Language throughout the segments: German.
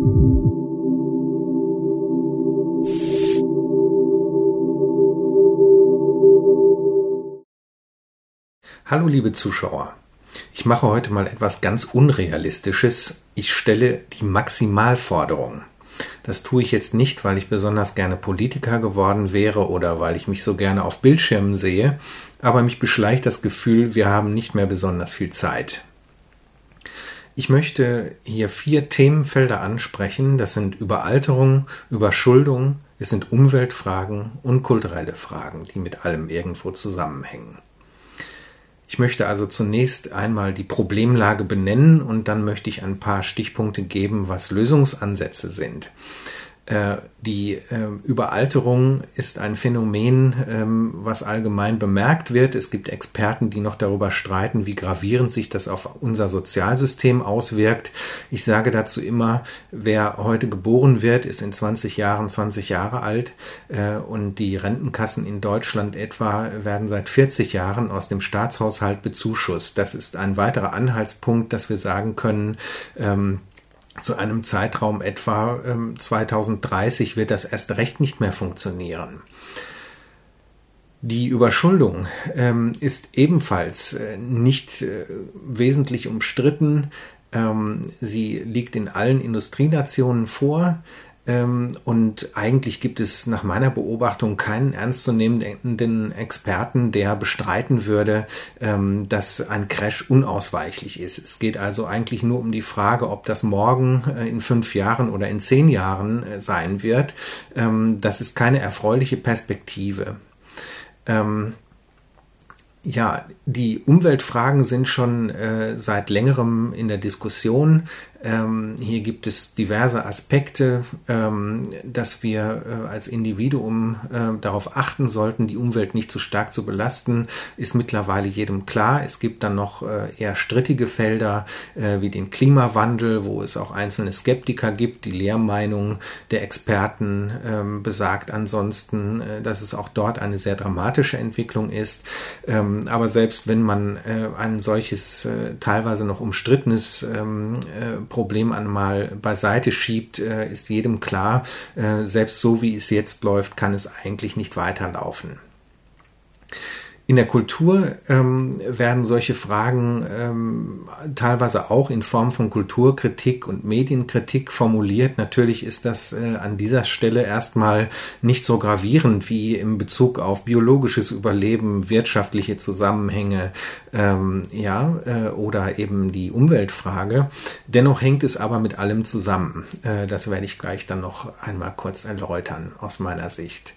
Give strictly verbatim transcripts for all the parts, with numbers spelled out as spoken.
Hallo liebe Zuschauer, ich mache heute mal etwas ganz Unrealistisches. Ich stelle die Maximalforderung. Das tue ich jetzt nicht, weil ich besonders gerne Politiker geworden wäre oder weil ich mich so gerne auf Bildschirmen sehe, aber mich beschleicht das Gefühl, wir haben nicht mehr besonders viel Zeit. Ich möchte hier vier Themenfelder ansprechen. Das sind Überalterung, Überschuldung, es sind Umweltfragen und kulturelle Fragen, die mit allem irgendwo zusammenhängen. Ich möchte also zunächst einmal die Problemlage benennen und dann möchte ich ein paar Stichpunkte geben, was Lösungsansätze sind. Äh, die äh, Überalterung ist ein Phänomen, ähm, was allgemein bemerkt wird. Es gibt Experten, die noch darüber streiten, wie gravierend sich das auf unser Sozialsystem auswirkt. Ich sage dazu immer, wer heute geboren wird, ist in zwanzig Jahren zwanzig Jahre alt äh, und die Rentenkassen in Deutschland etwa werden seit vierzig Jahren aus dem Staatshaushalt bezuschusst. Das ist ein weiterer Anhaltspunkt, dass wir sagen können, ähm, zu einem Zeitraum etwa ähm, zweitausenddreißig wird das erst recht nicht mehr funktionieren. Die Überschuldung ähm, ist ebenfalls äh, nicht äh, wesentlich umstritten. Ähm, sie liegt in allen Industrienationen vor. Und eigentlich gibt es nach meiner Beobachtung keinen ernstzunehmenden Experten, der bestreiten würde, dass ein Crash unausweichlich ist. Es geht also eigentlich nur um die Frage, ob das morgen in fünf Jahren oder in zehn Jahren sein wird. Das ist keine erfreuliche Perspektive. Ja, die Umweltfragen sind schon äh, seit längerem in der Diskussion. Ähm, hier gibt es diverse Aspekte, ähm, dass wir äh, als Individuum äh, darauf achten sollten, die Umwelt nicht zu stark zu belasten, ist mittlerweile jedem klar. Es gibt dann noch äh, eher strittige Felder äh, wie den Klimawandel, wo es auch einzelne Skeptiker gibt. Die Lehrmeinung der Experten äh, besagt ansonsten, äh, dass es auch dort eine sehr dramatische Entwicklung ist. Ähm, aber selbst wenn man äh, ein solches äh, teilweise noch umstrittenes ähm, äh, Problem einmal beiseite schiebt, äh, ist jedem klar, äh, selbst so wie es jetzt läuft, kann es eigentlich nicht weiterlaufen. In der Kultur ähm, werden solche Fragen ähm, teilweise auch in Form von Kulturkritik und Medienkritik formuliert. Natürlich ist das äh, an dieser Stelle erstmal nicht so gravierend wie in Bezug auf biologisches Überleben, wirtschaftliche Zusammenhänge, ähm, ja, äh, oder eben die Umweltfrage. Dennoch hängt es aber mit allem zusammen. Äh, das werde ich gleich dann noch einmal kurz erläutern aus meiner Sicht.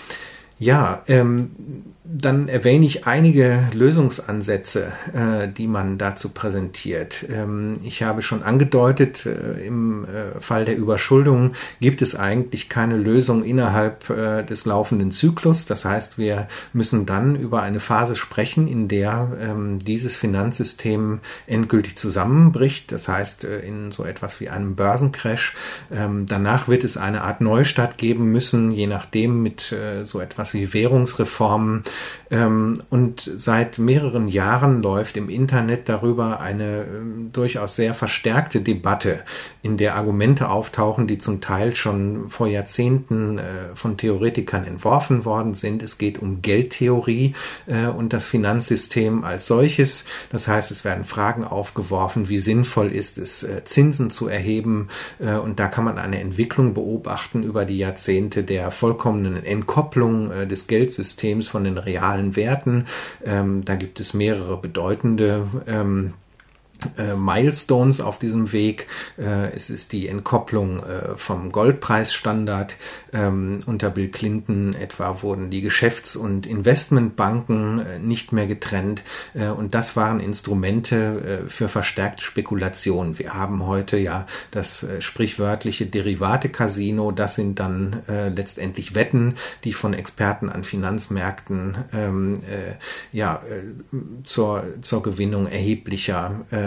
Ja, ähm, dann erwähne ich einige Lösungsansätze, äh, die man dazu präsentiert. Ähm, ich habe schon angedeutet, äh, im äh, Fall der Überschuldung gibt es eigentlich keine Lösung innerhalb äh, des laufenden Zyklus. Das heißt, wir müssen dann über eine Phase sprechen, in der ähm, dieses Finanzsystem endgültig zusammenbricht. Das heißt, äh, in so etwas wie einem Börsencrash. Ähm, danach wird es eine Art Neustart geben müssen, je nachdem mit äh, so etwas wie Währungsreformen. Ähm, und seit mehreren Jahren läuft im Internet darüber eine ähm, durchaus sehr verstärkte Debatte, in der Argumente auftauchen, die zum Teil schon vor Jahrzehnten äh, von Theoretikern entworfen worden sind. Es geht um Geldtheorie äh, und das Finanzsystem als solches. Das heißt, es werden Fragen aufgeworfen, wie sinnvoll ist es, äh, Zinsen zu erheben. Äh, und da kann man eine Entwicklung beobachten über die Jahrzehnte der vollkommenen Entkopplung äh, des Geldsystems von den realen Werten. Ähm, da gibt es mehrere bedeutende ähm, Äh, Milestones auf diesem Weg. Äh, es ist die Entkopplung äh, vom Goldpreisstandard. Ähm, unter Bill Clinton etwa wurden die Geschäfts- und Investmentbanken äh, nicht mehr getrennt. Äh, und das waren Instrumente äh, für verstärkte Spekulation. Wir haben heute ja das äh, sprichwörtliche Derivate-Casino. Das sind dann äh, letztendlich Wetten, die von Experten an Finanzmärkten ähm, äh, ja, äh, zur, zur Gewinnung erheblicher äh,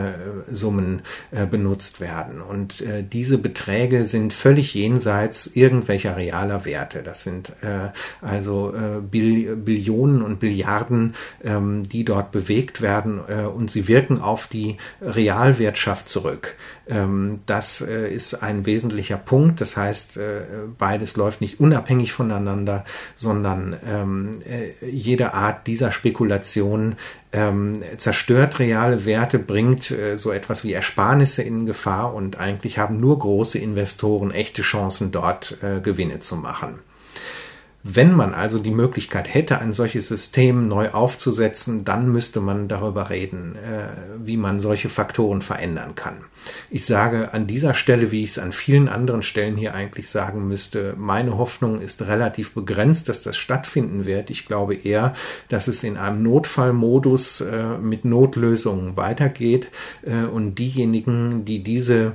Summen äh, benutzt werden. Und äh, diese Beträge sind völlig jenseits irgendwelcher realer Werte. Das sind äh, also äh, Bill- Billionen und Billiarden, ähm, die dort bewegt werden, äh, und sie wirken auf die Realwirtschaft zurück. Ähm, das äh, ist ein wesentlicher Punkt. Das heißt, äh, beides läuft nicht unabhängig voneinander, sondern ähm, äh, jede Art dieser Spekulation ähm, zerstört reale Werte, bringt äh, so etwas wie Ersparnisse in Gefahr, und eigentlich haben nur große Investoren echte Chancen, dort äh, Gewinne zu machen. Wenn man also die Möglichkeit hätte, ein solches System neu aufzusetzen, dann müsste man darüber reden, wie man solche Faktoren verändern kann. Ich sage an dieser Stelle, wie ich es an vielen anderen Stellen hier eigentlich sagen müsste, meine Hoffnung ist relativ begrenzt, dass das stattfinden wird. Ich glaube eher, dass es in einem Notfallmodus mit Notlösungen weitergeht, und diejenigen, die diese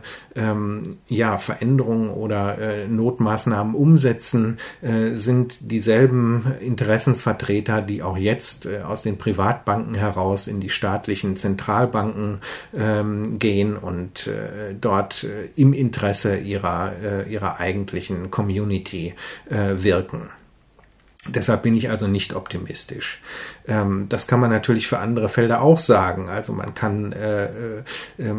ja, Veränderungen oder Notmaßnahmen umsetzen, sind dieselben Interessensvertreter, die auch jetzt äh, aus den Privatbanken heraus in die staatlichen Zentralbanken ähm, gehen und äh, dort äh, im Interesse ihrer, äh, ihrer eigentlichen Community äh, wirken. Deshalb bin ich also nicht optimistisch. Ähm, das kann man natürlich für andere Felder auch sagen. Also man kann äh, äh,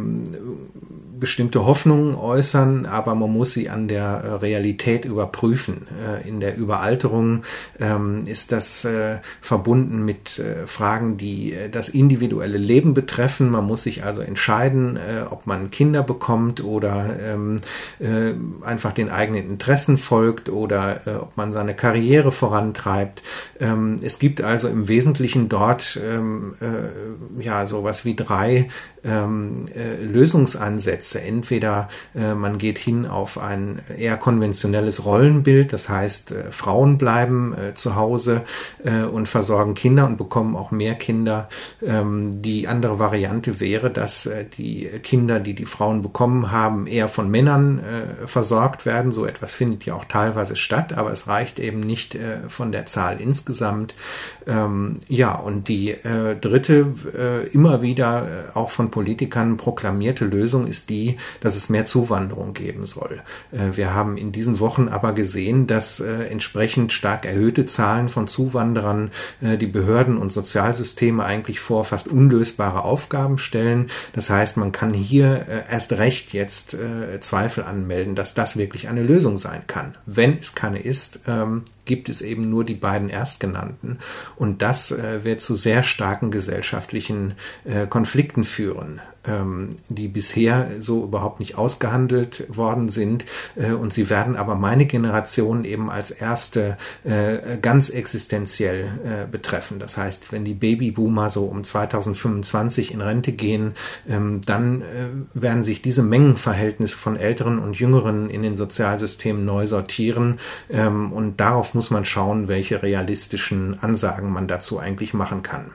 bestimmte Hoffnungen äußern, aber man muss sie an der Realität überprüfen. Äh, in der Überalterung ähm, ist das äh, verbunden mit äh, Fragen, die äh, das individuelle Leben betreffen. Man muss sich also entscheiden, äh, ob man Kinder bekommt oder ähm, äh, einfach den eigenen Interessen folgt oder äh, ob man seine Karriere vorantreibt. Ähm, es gibt also im Wesentlichen dort ähm, äh, ja sowas wie drei ähm, äh, Lösungsansätze. Entweder äh, man geht hin auf ein eher konventionelles Rollenbild, das heißt, äh, Frauen bleiben äh, zu Hause äh, und versorgen Kinder und bekommen auch mehr Kinder. Ähm, die andere Variante wäre, dass äh, die Kinder, die die Frauen bekommen haben, eher von Männern äh, versorgt werden. So etwas findet ja auch teilweise statt, aber es reicht eben nicht äh, von der Zahl insgesamt. Ähm, ja, und die äh, dritte, äh, immer wieder äh, auch von Politikern proklamierte Lösung ist die, dass es mehr Zuwanderung geben soll. Äh, wir haben in diesen Wochen aber gesehen, dass äh, entsprechend stark erhöhte Zahlen von Zuwanderern äh, die Behörden und Sozialsysteme eigentlich vor fast unlösbare Aufgaben stellen. Das heißt, man kann hier äh, erst recht jetzt äh, Zweifel anmelden, dass das wirklich eine Lösung sein kann. Wenn es keine ist, ähm, gibt es eben nur die beiden Erstgenannten. Und das äh, wird zu sehr starken gesellschaftlichen äh, Konflikten führen, ähm, die bisher so überhaupt nicht ausgehandelt worden sind. Äh, und sie werden aber meine Generation eben als erste äh, ganz existenziell äh, betreffen. Das heißt, wenn die Babyboomer so um zweitausendfünfundzwanzig in Rente gehen, ähm, dann äh, werden sich diese Mengenverhältnisse von Älteren und Jüngeren in den Sozialsystemen neu sortieren. Ähm, und darauf muss man schauen, welche realistischen Ansagen man dazu eigentlich machen kann.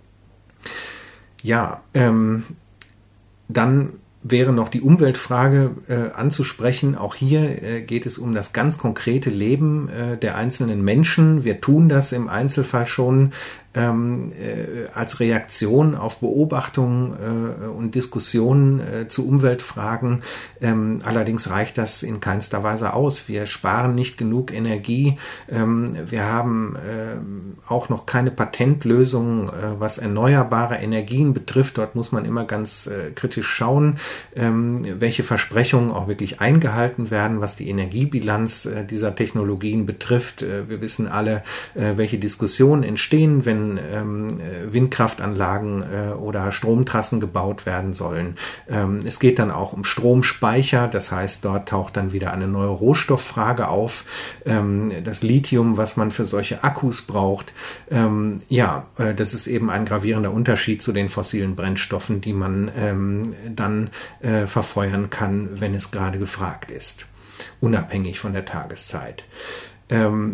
Ja, ähm, dann wäre noch die Umweltfrage äh, anzusprechen. Auch hier äh, geht es um das ganz konkrete Leben äh, der einzelnen Menschen. Wir tun das im Einzelfall schon ähm, äh, als Reaktion auf Beobachtungen äh, und Diskussionen äh, zu Umweltfragen. Ähm, allerdings reicht das in keinster Weise aus. Wir sparen nicht genug Energie. Ähm, wir haben äh, auch noch keine Patentlösung, äh, was erneuerbare Energien betrifft. Dort muss man immer ganz äh, kritisch schauen, ähm, welche Versprechungen auch wirklich eingehalten werden, was die Energiebilanz äh, dieser Technologien betrifft. Äh, wir wissen alle, äh, welche Diskussionen entstehen, wenn ähm, Windkraftanlagen äh, oder Stromtrassen gebaut werden sollen. Ähm, es geht dann auch um Stromspeicher, das heißt, dort taucht dann wieder eine neue Rohstofffrage auf. Ähm, das Lithium, was man für solche Akkus braucht, ähm, ja, äh, das ist eben ein gravierender Unterschied zu den fossilen Brennstoffen, die man ähm, dann äh, verfeuern kann, wenn es gerade gefragt ist, unabhängig von der Tageszeit. Ähm,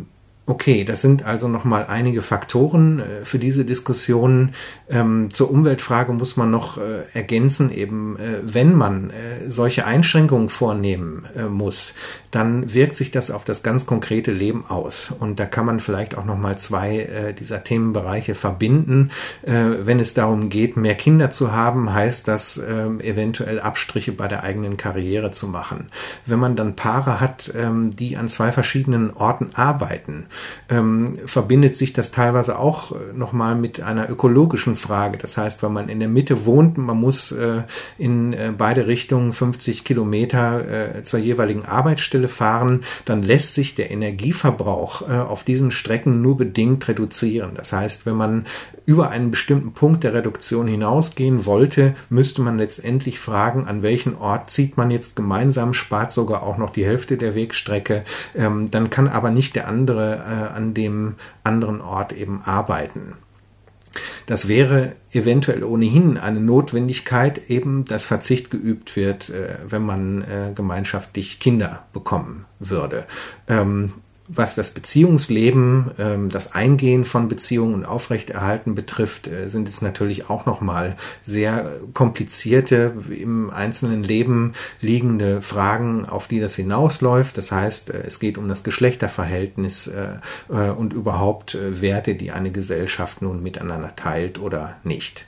Okay, das sind also nochmal einige Faktoren äh, für diese Diskussion. Ähm, zur Umweltfrage muss man noch äh, ergänzen, eben äh, wenn man äh, solche Einschränkungen vornehmen äh, muss, dann wirkt sich das auf das ganz konkrete Leben aus. Und da kann man vielleicht auch nochmal zwei äh, dieser Themenbereiche verbinden. Äh, wenn es darum geht, mehr Kinder zu haben, heißt das äh, eventuell Abstriche bei der eigenen Karriere zu machen. Wenn man dann Paare hat, ähm, die an zwei verschiedenen Orten arbeiten, Ähm, verbindet sich das teilweise auch äh, nochmal mit einer ökologischen Frage. Das heißt, wenn man in der Mitte wohnt, man muss äh, in äh, beide Richtungen fünfzig Kilometer äh, zur jeweiligen Arbeitsstelle fahren, dann lässt sich der Energieverbrauch äh, auf diesen Strecken nur bedingt reduzieren. Das heißt, wenn man über einen bestimmten Punkt der Reduktion hinausgehen wollte, müsste man letztendlich fragen, an welchen Ort zieht man jetzt gemeinsam, spart sogar auch noch die Hälfte der Wegstrecke. Ähm, dann kann aber nicht der andere äh, an dem anderen Ort eben arbeiten. Das wäre eventuell ohnehin eine Notwendigkeit, eben dass Verzicht geübt wird, äh, wenn man äh, gemeinschaftlich Kinder bekommen würde. Ähm, Was das Beziehungsleben, das Eingehen von Beziehungen und Aufrechterhalten betrifft, sind es natürlich auch nochmal sehr komplizierte, im einzelnen Leben liegende Fragen, auf die das hinausläuft. Das heißt, es geht um das Geschlechterverhältnis und überhaupt Werte, die eine Gesellschaft nun miteinander teilt oder nicht.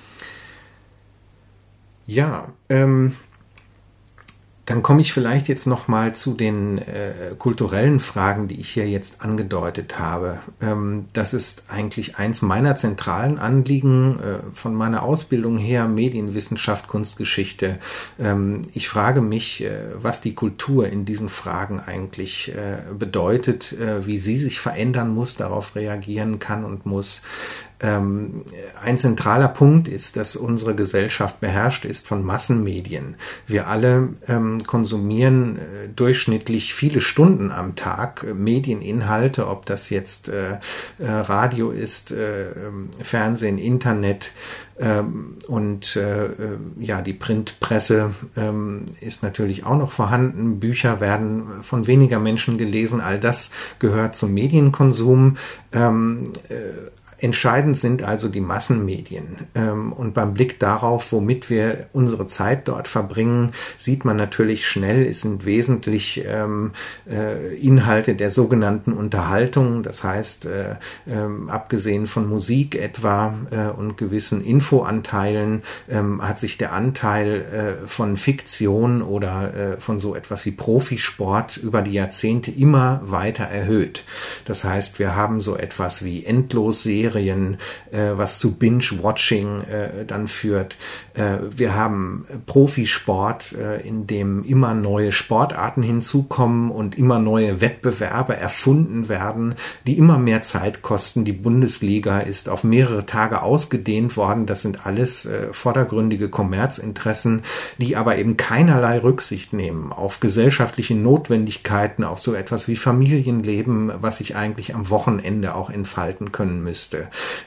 Ja, ähm, Dann komme ich vielleicht jetzt noch mal zu den äh, kulturellen Fragen, die ich hier jetzt angedeutet habe. Ähm, das ist eigentlich eins meiner zentralen Anliegen äh, von meiner Ausbildung her, Medienwissenschaft, Kunstgeschichte. Ähm, ich frage mich, äh, was die Kultur in diesen Fragen eigentlich äh, bedeutet, äh, wie sie sich verändern muss, darauf reagieren kann und muss. Ähm, ein zentraler Punkt ist, dass unsere Gesellschaft beherrscht ist von Massenmedien. Wir alle ähm, konsumieren äh, durchschnittlich viele Stunden am Tag äh, Medieninhalte, ob das jetzt äh, äh, Radio ist, äh, Fernsehen, Internet, ähm, und äh, ja, die Printpresse ähm, ist natürlich auch noch vorhanden. Bücher werden von weniger Menschen gelesen. All das gehört zum Medienkonsum. Ähm, äh, Entscheidend sind also die Massenmedien. Und beim Blick darauf, womit wir unsere Zeit dort verbringen, sieht man natürlich schnell, es sind wesentlich ähm, äh, Inhalte der sogenannten Unterhaltung. Das heißt, äh, äh, abgesehen von Musik etwa äh, und gewissen Infoanteilen, äh, hat sich der Anteil äh, von Fiktion oder äh, von so etwas wie Profisport über die Jahrzehnte immer weiter erhöht. Das heißt, wir haben so etwas wie Endlosserien, Serien, äh, was zu Binge-Watching äh, dann führt. Äh, wir haben Profisport, äh, in dem immer neue Sportarten hinzukommen und immer neue Wettbewerbe erfunden werden, die immer mehr Zeit kosten. Die Bundesliga ist auf mehrere Tage ausgedehnt worden. Das sind alles äh, vordergründige Kommerzinteressen, die aber eben keinerlei Rücksicht nehmen auf gesellschaftliche Notwendigkeiten, auf so etwas wie Familienleben, was sich eigentlich am Wochenende auch entfalten können müsste.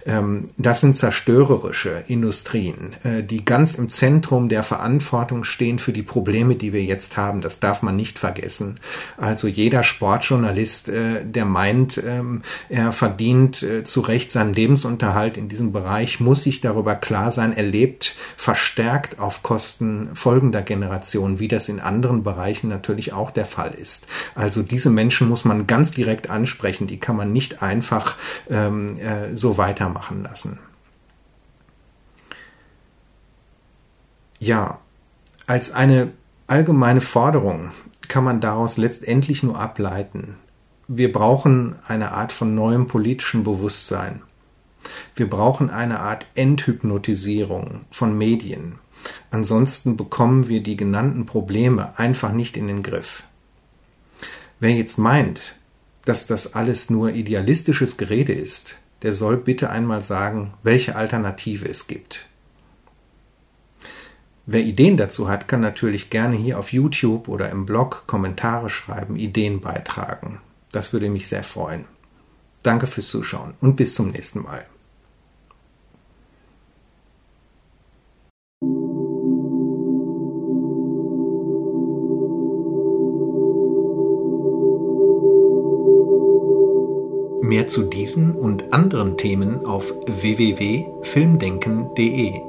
Das sind zerstörerische Industrien, die ganz im Zentrum der Verantwortung stehen für die Probleme, die wir jetzt haben. Das darf man nicht vergessen. Also jeder Sportjournalist, der meint, er verdient zu Recht seinen Lebensunterhalt in diesem Bereich, muss sich darüber klar sein, er lebt verstärkt auf Kosten folgender Generationen, wie das in anderen Bereichen natürlich auch der Fall ist. Also diese Menschen muss man ganz direkt ansprechen, die kann man nicht einfach ähm, äh, so weitermachen lassen. Ja, als eine allgemeine Forderung kann man daraus letztendlich nur ableiten: Wir brauchen eine Art von neuem politischem Bewusstsein. Wir brauchen eine Art Enthypnotisierung von Medien. Ansonsten bekommen wir die genannten Probleme einfach nicht in den Griff. Wer jetzt meint, dass das alles nur idealistisches Gerede ist, der soll bitte einmal sagen, welche Alternative es gibt. Wer Ideen dazu hat, kann natürlich gerne hier auf YouTube oder im Blog Kommentare schreiben, Ideen beitragen. Das würde mich sehr freuen. Danke fürs Zuschauen und bis zum nächsten Mal. Mehr zu diesen und anderen Themen auf w w w punkt filmdenken punkt de.